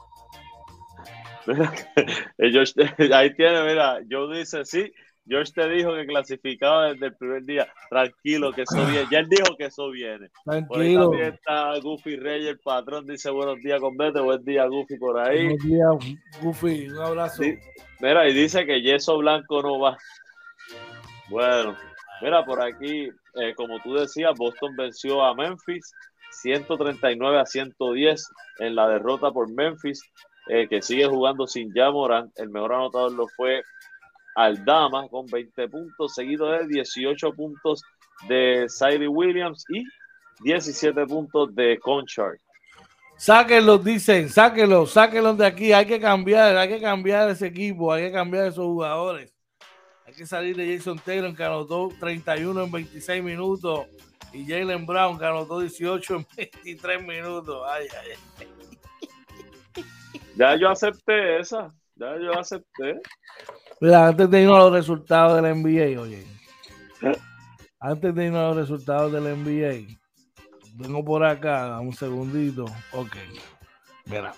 Ellos, ahí tiene, mira, Joe dice, sí, George te dijo que clasificaba desde el primer día. Tranquilo, que eso viene. Ya él dijo que eso viene. Tranquilo. Por ahí también está Goofy Reyes, el patrón, dice buenos días con Vete, buen día Goofy por ahí. Buenos días, Goofy, un abrazo. Sí, mira, y dice que Yeso Blanco no va. Bueno, mira, por aquí, eh, como tú decías, Boston venció a Memphis ciento treinta y nueve a ciento diez en la derrota por Memphis, eh, que sigue jugando sin Ja Morant. El mejor anotador lo fue Aldama con veinte puntos, seguido de dieciocho puntos de Zaire Williams y diecisiete puntos de Conchard. Sáquenlos, dicen, sáquenlos, sáquenlos de aquí. Hay que cambiar, hay que cambiar ese equipo, hay que cambiar esos jugadores. Hay que salir de Jason Taylor, que anotó treinta y uno en veintiséis minutos, y Jaylen Brown, que anotó dieciocho en veintitrés minutos. Ay, ay, ay. Ya yo acepté esa, ya yo acepté. Mira, antes de irnos a los resultados del N B A, oye. Antes de irnos a los resultados del N B A, vengo por acá, un segundito. Ok. Mira.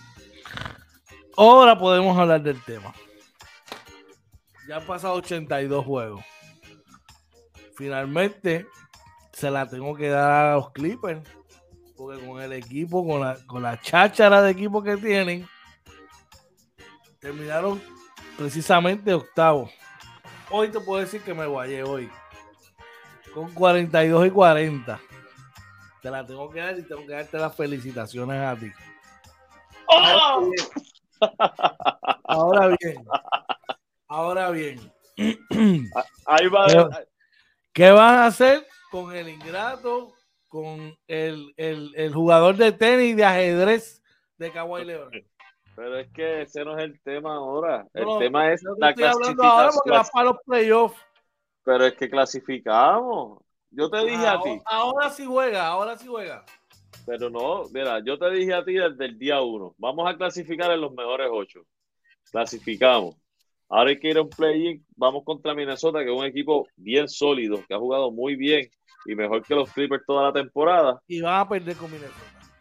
Ahora podemos hablar del tema. Ya han pasado ochenta y dos juegos. Finalmente se la tengo que dar a los Clippers. Porque con el equipo, con la, con la cháchara de equipo que tienen, terminaron precisamente octavo. Hoy te puedo decir que me guayé hoy. Con cuarenta y dos y cuarenta. te la tengo que dar y tengo que darte las felicitaciones a ti. ¡Oh! Ahora bien, ahora bien. Ahí va. ¿Qué, ¿Qué van a hacer con el ingrato, con el, el, el jugador de tenis de ajedrez de Kawhi Leonard? Pero es que ese no es el tema ahora. El no, tema es yo la estoy hablando ahora porque clasificación. va para los playoffs. Pero es que clasificamos. Yo te dije ahora, a ti. Ahora sí juega, ahora sí juega. Pero no, mira, yo te dije a ti desde el día uno. Vamos a clasificar en los mejores ocho. Clasificamos. Ahora hay que ir a un play-in. Vamos contra Minnesota, que es un equipo bien sólido, que ha jugado muy bien y mejor que los Clippers toda la temporada. Y van a perder con Minnesota.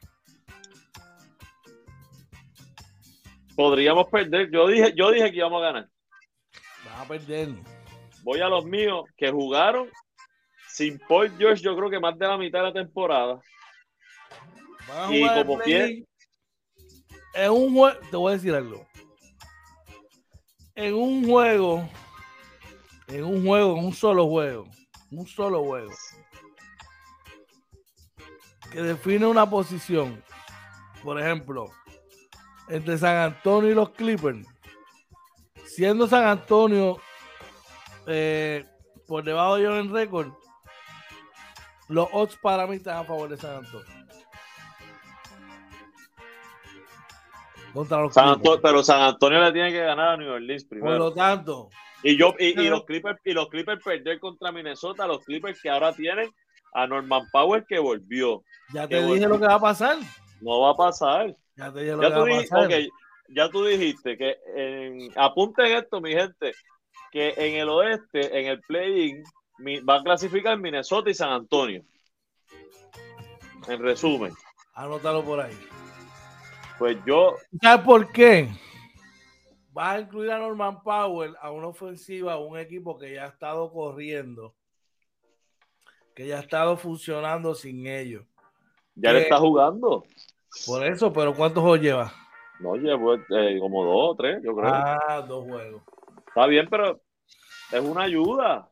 Podríamos perder. Yo dije, yo dije que íbamos a ganar. Van a perder. Voy a los míos que jugaron sin Paul George, yo creo que más de la mitad de la temporada. Van a y jugar como pie. En un juego, te voy a decir algo. En un juego, en un juego, en un solo juego, un solo juego, que define una posición, por ejemplo, entre San Antonio y los Clippers, siendo San Antonio eh, por debajo de ellos en récord, los odds para mí están a favor de San Antonio. Contra los San Antonio, pero San Antonio le tiene que ganar a New Orleans primero. Por lo tanto. Y yo y, y los Clippers y los Clippers perder contra Minnesota, los Clippers que ahora tienen a Norman Powell que volvió. Ya te que dije volvió. lo que va a pasar. No va a pasar. Ya te dije lo ya que tú va a dijiste, pasar. okay, ya tú dijiste que en, apunten esto, mi gente, que en el oeste, en el play-in, va a clasificar Minnesota y San Antonio. En resumen. Anótalo por ahí. Pues yo. ¿Sabes por qué? Vas a incluir a Norman Powell a una ofensiva, a un equipo que ya ha estado corriendo, que ya ha estado funcionando sin ellos. Ya le está jugando. Por eso, pero ¿cuántos juegos lleva? No, llevo eh, como dos o tres, yo creo. Ah, dos juegos. Está bien, pero es una ayuda.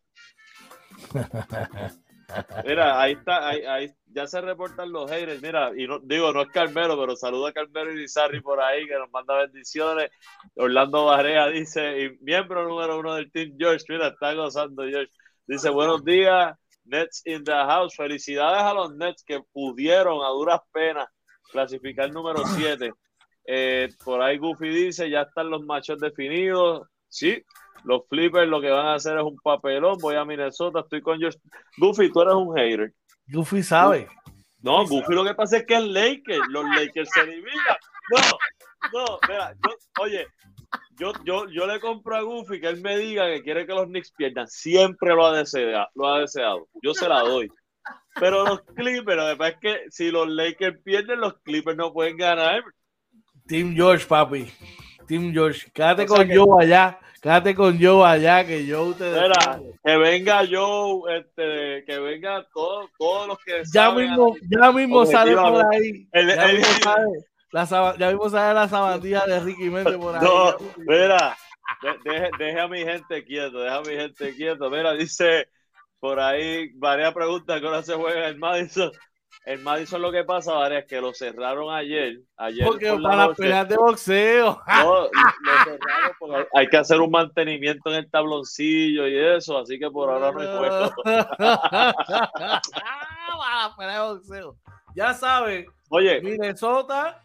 Mira, ahí está, ahí, ahí ya se reportan los haters. Mira, y no, digo, no es Carmelo, pero saluda a Carmelo y Lizarri por ahí, que nos manda bendiciones. Orlando Barea dice, y miembro número uno del Team George, mira, está gozando George. Dice, buenos días, Nets in the house. Felicidades a los Nets que pudieron a duras penas clasificar número siete. Eh, por ahí Goofy dice, ya están los machos definidos. Sí, los Clippers lo que van a hacer es un papelón. Voy a Minnesota, estoy con George. Goofy, tú eres un hater. Goofy sabe. No, Goofy, Goofy sabe. Lo que pasa es que es Lakers. Los Lakers se eliminan. No, no, mira, yo, oye, yo, yo, yo le compro a Goofy que él me diga que quiere que los Knicks pierdan. Siempre lo ha deseado. Lo ha deseado. Yo se la doy. Pero los Clippers, lo que pasa es que si los Lakers pierden, los Clippers no pueden ganar. Team George, papi. Team George. Quédate o sea con que, Joe allá. Quédate con Joe allá, que Joe te mira, que venga Joe, este, que venga todos todos los que ya saben mismo, ya mismo sale por ahí. El, ya, el, mismo el, sale, la, ya mismo sale la sabandilla de Ricky Méndez por ahí. No, mira, de, deje, deje a mi gente quieto, deja a mi gente quieto. Mira, dice por ahí, varias preguntas que ahora se juega el Madison. El Madison lo que pasa, Varia, es que lo cerraron ayer. ayer porque por para las peleas de boxeo. No, lo cerraron porque hay, hay que hacer un mantenimiento en el tabloncillo y eso, así que por ahora no hay juego. Para las peleas de boxeo. Ya saben, oye, Minnesota,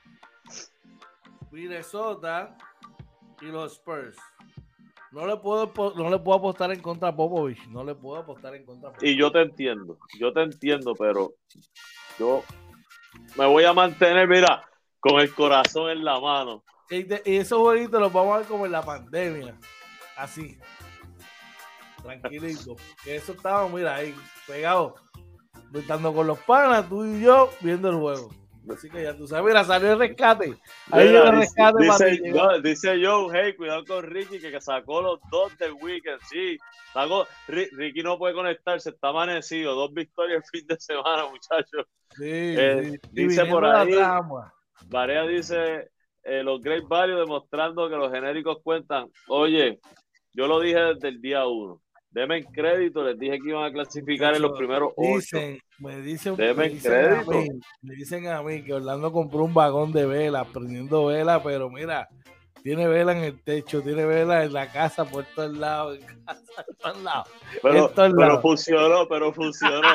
Minnesota y los Spurs. No le puedo, no le puedo apostar en contra a Popovich. No le puedo apostar en contra a Popovich. Y yo te entiendo, yo te entiendo, pero yo me voy a mantener, mira, con el corazón en la mano. Y, de, y esos jueguitos los vamos a ver como en la pandemia. Así. Tranquilito. Que eso estaba, mira, ahí, pegado. Estando con los panas, tú y yo, viendo el juego. Así que ya tú sabes, mira, salió el rescate. Ahí mira, el rescate dice, para no, dice Joe, hey, cuidado con Ricky, que, que sacó los dos del weekend. Sí, sacó, Ricky no puede conectarse, está amanecido. Dos victorias el fin de semana, muchachos. Sí, eh, sí. Dice por ahí, Barea dice, eh, los Great Value demostrando que los genéricos cuentan. Oye, yo lo dije desde el día uno. Deme crédito, les dije que iban a clasificar en los primeros dicen, ocho. Me dicen, Deme me dicen crédito. A mí, me dicen a mí que Orlando compró un vagón de vela, prendiendo vela, pero mira, tiene vela en el techo, tiene vela en la casa, por todos lados, en casa, por todos lados. Pero, todos pero lados. funcionó, pero funcionó.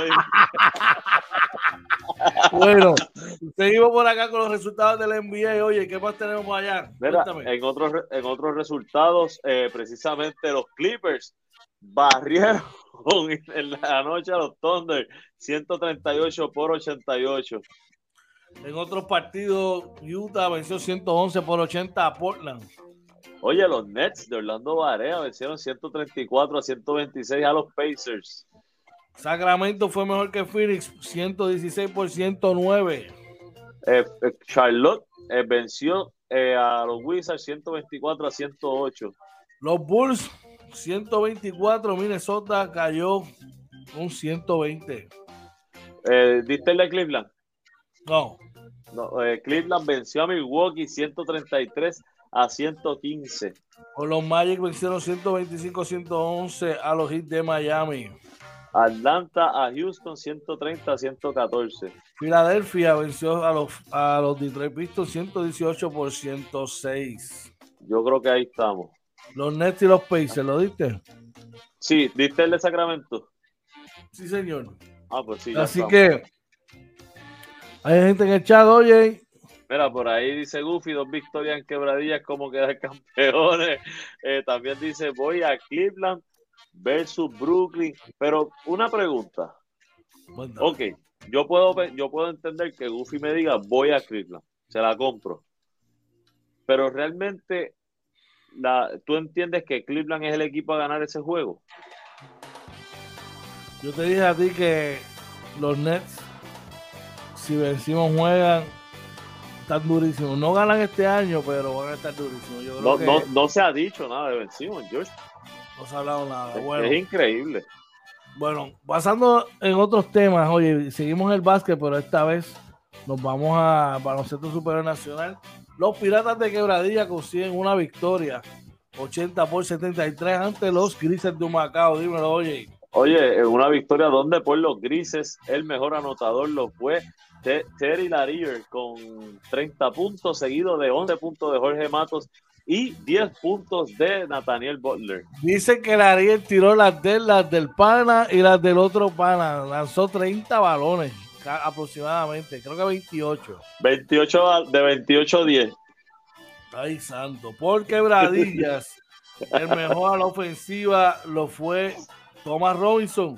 Bueno, seguimos por acá con los resultados del N B A. Oye, ¿qué más tenemos por allá? Mira, en otros, en otros resultados, eh, precisamente los Clippers barrieron en la noche a los Thunder, ciento treinta y ocho por ochenta y ocho. En otros partidos, Utah venció ciento once por ochenta a Portland. Oye, los Nets de Orlando Barea vencieron ciento treinta y cuatro a ciento veintiséis a los Pacers. Sacramento fue mejor que Phoenix, ciento dieciséis por ciento nueve. Eh, eh, Charlotte eh, venció eh, a los Wizards ciento veinticuatro a ciento ocho. Los Bulls, ciento veinticuatro. Minnesota cayó un ciento veinte. Eh, ¿Diste el de Cleveland? No. no eh, Cleveland venció a Milwaukee ciento treinta y tres a ciento quince. Con los Magic vencieron ciento veinticinco a ciento once a los Heat de Miami. Atlanta a Houston ciento treinta a ciento catorce. Filadelfia venció a los, a los Detroit Pistons ciento dieciocho por ciento seis. Yo creo que ahí estamos. Los Nets y los Pacers, ¿lo diste? Sí, ¿diste el de Sacramento? Sí, señor. Ah, pues sí. Así que hay gente en el chat, oye. Mira, por ahí dice Goofy, dos victorias en Quebradillas, como quedar campeones. Eh, también dice, voy a Cleveland versus Brooklyn. Pero una pregunta. Bueno. Ok, yo puedo, yo puedo entender que Goofy me diga, voy a Cleveland, se la compro. Pero realmente, la, ¿tú entiendes que Cleveland es el equipo a ganar ese juego? Yo te dije a ti que los Nets, si vencimos, juegan, están durísimos. No ganan este año, pero van a estar durísimos. Yo creo no, que no, no se ha dicho nada de vencimos, George. No se ha hablado nada. Es, bueno, es increíble. Bueno, pasando en otros temas, oye, seguimos el básquet, pero esta vez nos vamos a baloncesto superior nacional. Los Piratas de Quebradilla consiguen una victoria, ochenta por setenta y tres ante los Grises de Humacao. Dímelo, oye. Oye, una victoria donde por los Grises el mejor anotador lo fue Terry Larier con treinta puntos, seguido de once puntos de Jorge Matos y diez puntos de Nathaniel Butler. Dice que Larier tiró las de las del pana y las del otro pana. Lanzó treinta balones aproximadamente, creo que veintiocho. veintiocho de veintiocho a diez. Ay, santo. Por Quebradillas, el mejor a la ofensiva lo fue Thomas Robinson.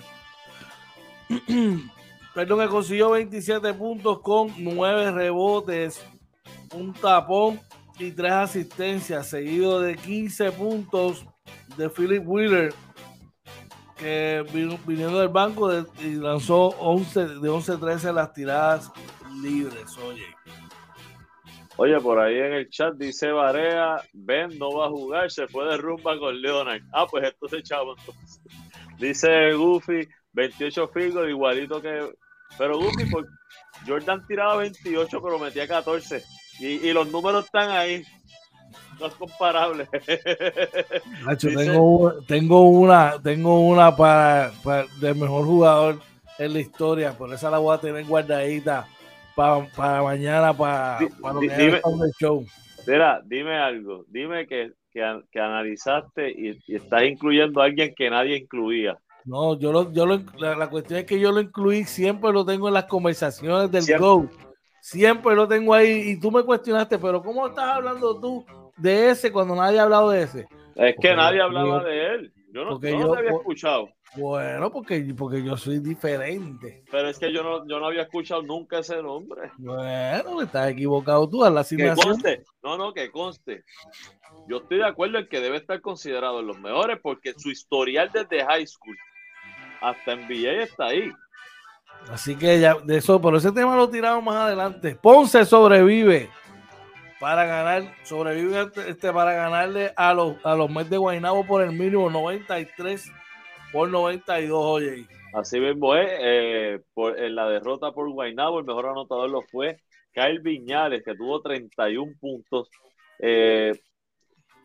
Perdón, que consiguió veintisiete puntos con nueve rebotes, un tapón y tres asistencias, seguido de quince puntos de Philip Wheeler, que vino, viniendo del banco de, y lanzó once, de once a trece las tiradas libres. Oye. Oye, por ahí en el chat dice Barea, Ben no va a jugar, se fue de rumba con Leonard. Ah, pues esto se echaba entonces. Dice Goofy, veintiocho field goal, igualito que... Pero Goofy, por... Jordan tiraba veintiocho, pero metía catorce. Y, y los números están ahí. No es comparable. Nacho, dice... tengo, tengo una, tengo una para, para del mejor jugador en la historia, por esa la voy a tener guardadita para, para mañana, para, para lo que dime, es el show. Mira, dime algo. Dime que, que, que analizaste y, y estás incluyendo a alguien que nadie incluía. No, yo lo, yo lo, la, la cuestión es que yo lo incluí, siempre lo tengo en las conversaciones del siempre. Go. Siempre lo tengo ahí y tú me cuestionaste, pero ¿cómo estás hablando tú de ese cuando nadie ha hablado de ese? Es porque que nadie yo, hablaba yo, de él. Yo no, yo no yo, te había escuchado. Bueno, porque, porque yo soy diferente. Pero es que yo no, yo no había escuchado nunca ese nombre. Bueno, estás equivocado tú a la asignación. Que conste, no, no, que conste. Yo estoy de acuerdo en que debe estar considerado en los mejores porque su historial desde high school hasta N B A está ahí. Así que ya, de eso, pero ese tema lo tiramos más adelante. Ponce sobrevive para ganar, sobrevive este, para ganarle a los, a los Mets de Guaynabo por el mínimo noventa y tres por noventa y dos, oye. Así mismo es, eh, por, en la derrota por Guaynabo, el mejor anotador lo fue Kyle Viñales, que tuvo treinta y uno puntos. Eh,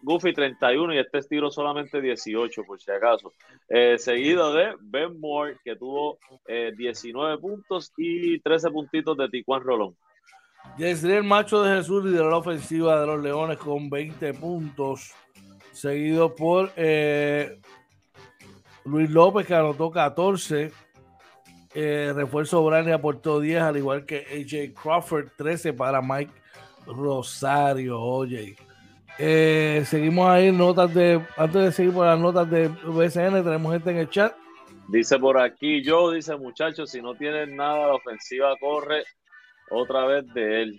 Goofy treinta y uno y este tiro solamente dieciocho, por si acaso. Eh, seguido de Ben Moore, que tuvo eh, diecinueve puntos y trece puntitos de Tijuan Rolón. Yesriel Macho de Jesús lideró la ofensiva de los Leones con veinte puntos, seguido por eh, Luis López, que anotó catorce. Eh, refuerzo Brani aportó diez, al igual que A J Crawford, trece para Mike Rosario. Oye, eh, seguimos ahí, notas de, antes de seguir por las notas de B S N, tenemos gente en el chat. Dice por aquí, yo, dice muchachos, si no tienen nada, la ofensiva corre otra vez de él.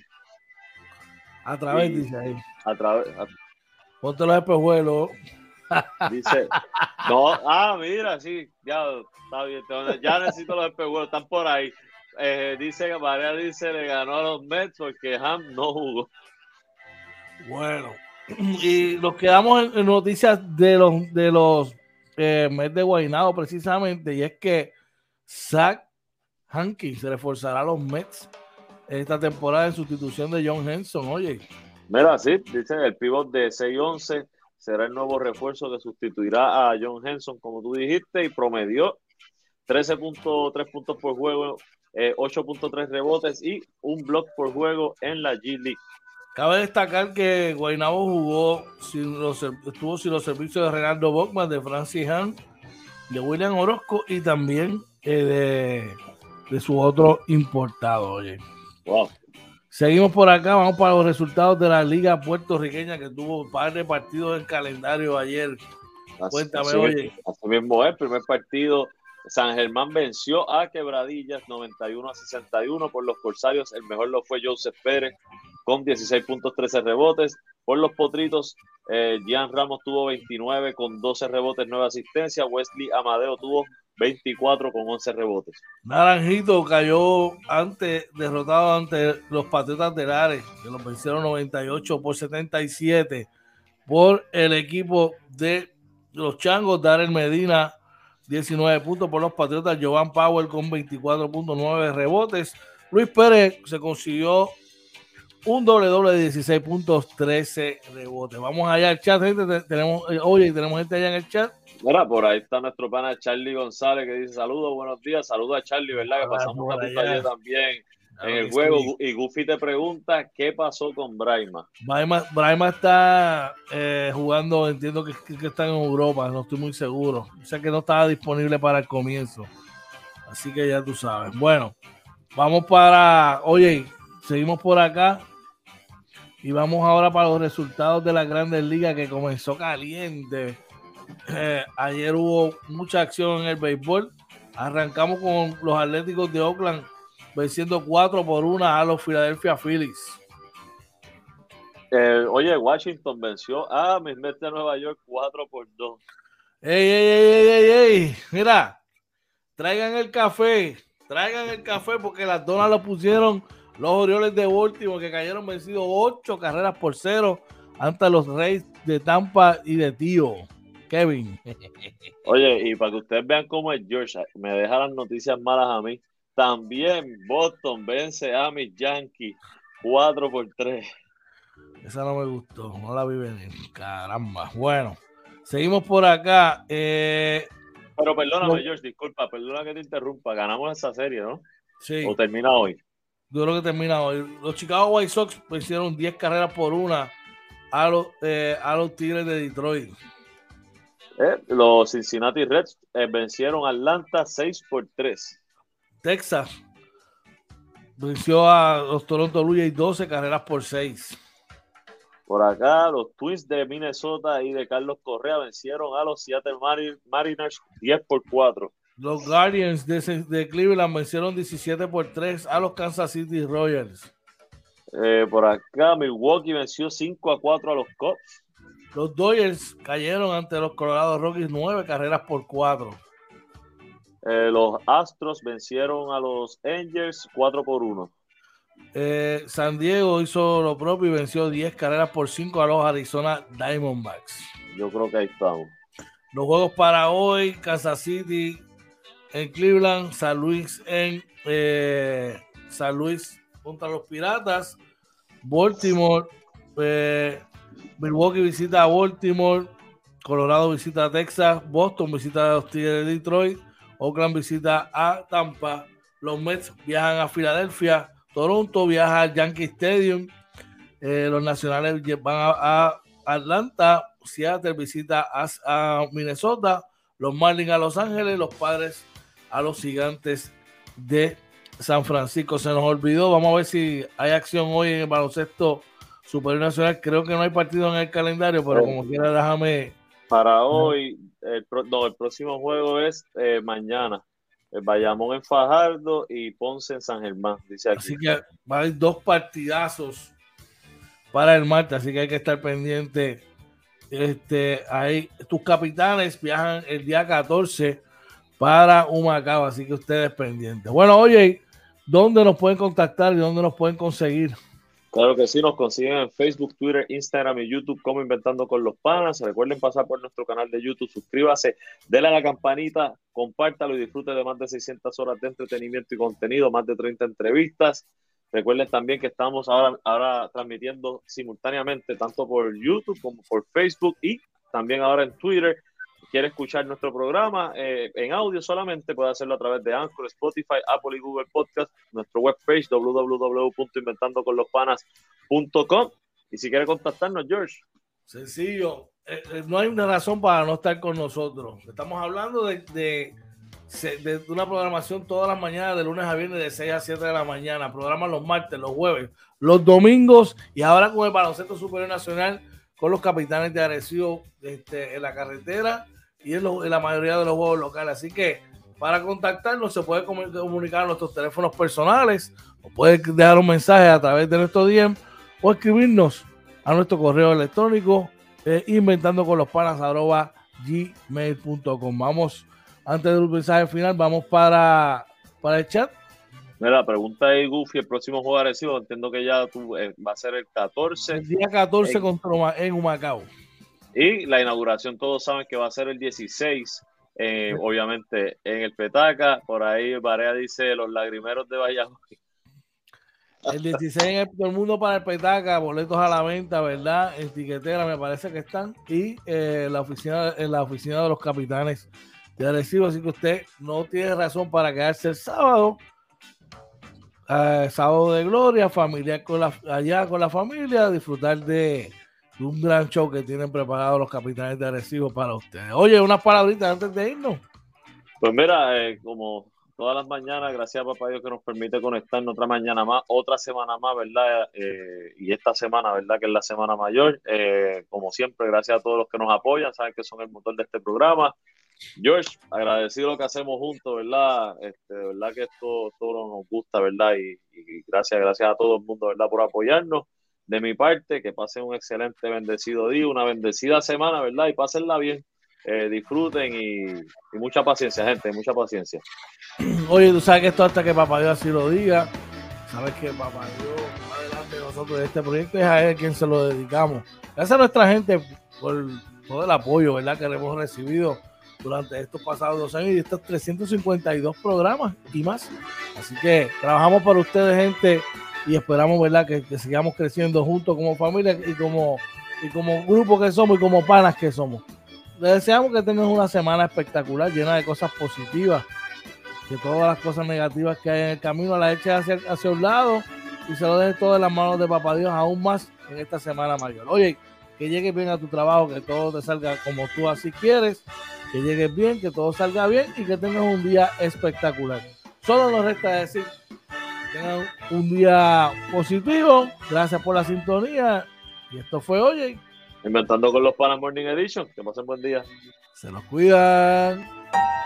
A través, y, dice ahí. A través. A... Ponte los espejuelos. Dice, no, ah, mira, sí, ya está bien, ya necesito los espejuelos, están por ahí. Eh, dice que María dice le ganó a los Mets porque Ham no jugó. Bueno, y nos quedamos en, en noticias de los de los eh, Mets de Guaynabo precisamente, y es que Zach Hanky se reforzará a los Mets esta temporada en sustitución de John Henson. Oye, mira, sí, dice el pivot de seis once será el nuevo refuerzo que sustituirá a John Henson, como tú dijiste, y promedió trece punto tres puntos por juego, eh, ocho punto tres rebotes y un block por juego en la G League. Cabe destacar que Guaynabo jugó sin los, estuvo sin los servicios de Renaldo Bockman, de Francis Hahn, de William Orozco y también eh, de, de su otro importado. Oye. Wow. Seguimos por acá, vamos para los resultados de la Liga Puertorriqueña, que tuvo un par de partidos en calendario ayer. Así, Cuéntame, así, oye. Así mismo es, primer partido, San Germán venció a Quebradillas noventa y uno a sesenta y uno por los Corsarios. El mejor lo fue Joseph Pérez con dieciséis puntos, trece rebotes. Por los Potritos, eh, Gian Ramos tuvo veintinueve con doce rebotes, nueve asistencias. Wesley Amadeo tuvo veinticuatro con once rebotes. Naranjito cayó ante, derrotado ante los Patriotas de Lares, que los vencieron noventa y ocho por setenta y siete por el equipo de los Changos. Darrell Medina, diecinueve puntos por los Patriotas. Jovan Powell con veinticuatro punto nueve rebotes. Luis Pérez se consiguió un doble doble de dieciséis puntos, trece rebotes. Vamos allá al chat, gente. Tenemos, oye, tenemos gente allá en el chat. Mira, por ahí está nuestro pana Charlie González, que dice saludos, buenos días. Saludos a Charlie, ¿verdad? Que pasamos un ratito ayer también claro en el juego. Sí. Y Goofy te pregunta qué pasó con Braima. Braima, Braima está eh, jugando, entiendo que, que está en Europa, no estoy muy seguro. O sea que no estaba disponible para el comienzo. Así que ya tú sabes. Bueno, vamos para, oye, seguimos por acá. Y vamos ahora para los resultados de las Grandes Ligas, que comenzó caliente. Eh, ayer hubo mucha acción en el béisbol. Arrancamos con los Atléticos de Oakland venciendo cuatro por uno a los Philadelphia Phillies. Eh, oye, Washington venció a mis Mets de Nueva York cuatro por dos. ¡Ey, ey, ey, ey, ey! Mira, traigan el café, traigan el café porque las donas lo pusieron los Orioles de Baltimore, que cayeron vencidos ocho carreras por cero ante los Rays de Tampa y de Tío Kevin. Oye, y para que ustedes vean cómo es George, me deja las noticias malas a mí. También Boston vence a mis Yankees cuatro por tres. Esa no me gustó, no la vi venir. Caramba. Bueno, seguimos por acá. Eh, Pero perdóname, no, George, disculpa, perdona que te interrumpa. Ganamos esa serie, ¿no? Sí. ¿O termina hoy? Yo creo que termina hoy. Los Chicago White Sox hicieron diez carreras por una a los, eh, a los Tigres de Detroit. Eh, los Cincinnati Reds eh, vencieron a Atlanta seis por tres. Texas venció a los Toronto Blue Jays doce carreras por seis. Por acá, los Twins de Minnesota y de Carlos Correa vencieron a los Seattle Mariners diez por cuatro. Los Guardians de, de Cleveland vencieron diecisiete por tres a los Kansas City Royals. Eh, por acá, Milwaukee venció cinco a cuatro a los Cubs. Los Dodgers cayeron ante los Colorado Rockies nueve carreras por cuatro. Eh, los Astros vencieron a los Angels cuatro por uno. Eh, San Diego hizo lo propio y venció diez carreras por cinco a los Arizona Diamondbacks. Yo creo que ahí estamos. Los juegos para hoy: Kansas City en Cleveland, San Luis en eh, San Luis contra los Piratas, Baltimore eh, Milwaukee visita a Baltimore, Colorado visita a Texas, Boston visita a los Tigres de Detroit, Oakland visita a Tampa, los Mets viajan a Filadelfia, Toronto viaja al Yankee Stadium, eh, los Nacionales van a, a Atlanta, Seattle visita a, a Minnesota, los Marlins a Los Ángeles, los Padres a los Gigantes de San Francisco. Se nos olvidó, vamos a ver si hay acción hoy en el baloncesto superior nacional. Creo que no hay partido en el calendario, pero como quiera déjame... Para hoy, el, no, el próximo juego es eh, mañana. El Bayamón en Fajardo y Ponce en San Germán, dice aquí. Así que va a haber dos partidazos para el martes, así que hay que estar pendiente. Este, ahí, tus Capitanes viajan el día catorce para Humacao, así que ustedes pendientes. Bueno, oye, ¿dónde nos pueden contactar y dónde nos pueden conseguir? Claro que sí, nos consiguen en Facebook, Twitter, Instagram y YouTube como Inventando con los Panas. Recuerden pasar por nuestro canal de YouTube, suscríbase, denle a la campanita, compártalo y disfrute de más de seiscientas horas de entretenimiento y contenido, más de treinta entrevistas. Recuerden también que estamos ahora, ahora transmitiendo simultáneamente tanto por YouTube como por Facebook y también ahora en Twitter. Quiere escuchar nuestro programa eh, en audio solamente, puede hacerlo a través de Anchor, Spotify, Apple y Google Podcast, nuestro webpage doble u doble u doble u punto inventando con los panas punto com. Y si quiere contactarnos, George. Sencillo, eh, eh, no hay una razón para no estar con nosotros. Estamos hablando de, de, de una programación todas las mañanas, de lunes a viernes, de seis a siete de la mañana. Programas los martes, los jueves, los domingos y ahora con el baloncesto superior nacional, con los Capitanes de Arecibo este, en la carretera y en, lo, en la mayoría de los juegos locales. Así que para contactarnos se puede comunicar a nuestros teléfonos personales o puede dejar un mensaje a través de nuestro D M o escribirnos a nuestro correo electrónico eh, inventando con los panas arroba gmail punto com. Vamos, antes del mensaje final, vamos para, para el chat. Mira, pregunta ahí, Goofy, el próximo juego agresivo, entiendo que ya tú, eh, va a ser el catorce. El día catorce en, contra, en Humacao. Y la inauguración, todos saben que va a ser el dieciséis, eh, sí. Obviamente en el Petaca. Por ahí Barea dice los lagrimeros de Bayamón. El dieciséis en el, todo el mundo para el Petaca, boletos a la venta, ¿verdad? En tiquetera me parece que están. Y eh, la oficina, en la oficina de los Capitanes de Arecibo. Así que usted no tiene razón para quedarse el sábado. Uh, sábado de gloria, familiar con la, allá con la familia, disfrutar de, de un gran show que tienen preparado los Capitanes de Arecibo para ustedes. Oye, unas palabritas antes de irnos. Pues mira, eh, como todas las mañanas, gracias a Papá Dios que nos permite conectarnos otra mañana más, otra semana más, ¿verdad? Eh, y esta semana, ¿verdad? Que es la semana mayor. Eh, como siempre, gracias a todos los que nos apoyan, saben que son el motor de este programa. George, agradecido lo que hacemos juntos, ¿verdad? Este, verdad que esto todo nos gusta, ¿verdad? Y, y gracias, gracias a todo el mundo, ¿verdad? Por apoyarnos. De mi parte, que pasen un excelente, bendecido día, una bendecida semana, ¿verdad? Y pásenla bien, eh, disfruten y, y mucha paciencia, gente, mucha paciencia. Oye, tú sabes que esto hasta que Papá Dios así lo diga, sabes que Papá Dios va delante de nosotros de este proyecto, es a él quien se lo dedicamos. Gracias a nuestra gente por todo el apoyo, ¿verdad? Que hemos recibido durante estos pasados dos años y estos trescientos cincuenta y dos programas y más. Así que trabajamos para ustedes, gente, y esperamos, ¿verdad? Que, que sigamos creciendo juntos como familia y como, y como grupo que somos y como panas que somos. Les deseamos que tengan una semana espectacular, llena de cosas positivas, que todas las cosas negativas que hay en el camino las eches hacia, hacia un lado y se lo dejes todo en las manos de Papá Dios aún más en esta semana mayor. Oye, que llegues bien a tu trabajo, que todo te salga como tú así quieres, que llegues bien, que todo salga bien y que tengas un día espectacular. Solo nos resta decir que tengan un día positivo. Gracias por la sintonía. Y esto fue Oye, Inventando con los Panas Morning Edition. Que pasen buen día. Se los cuidan.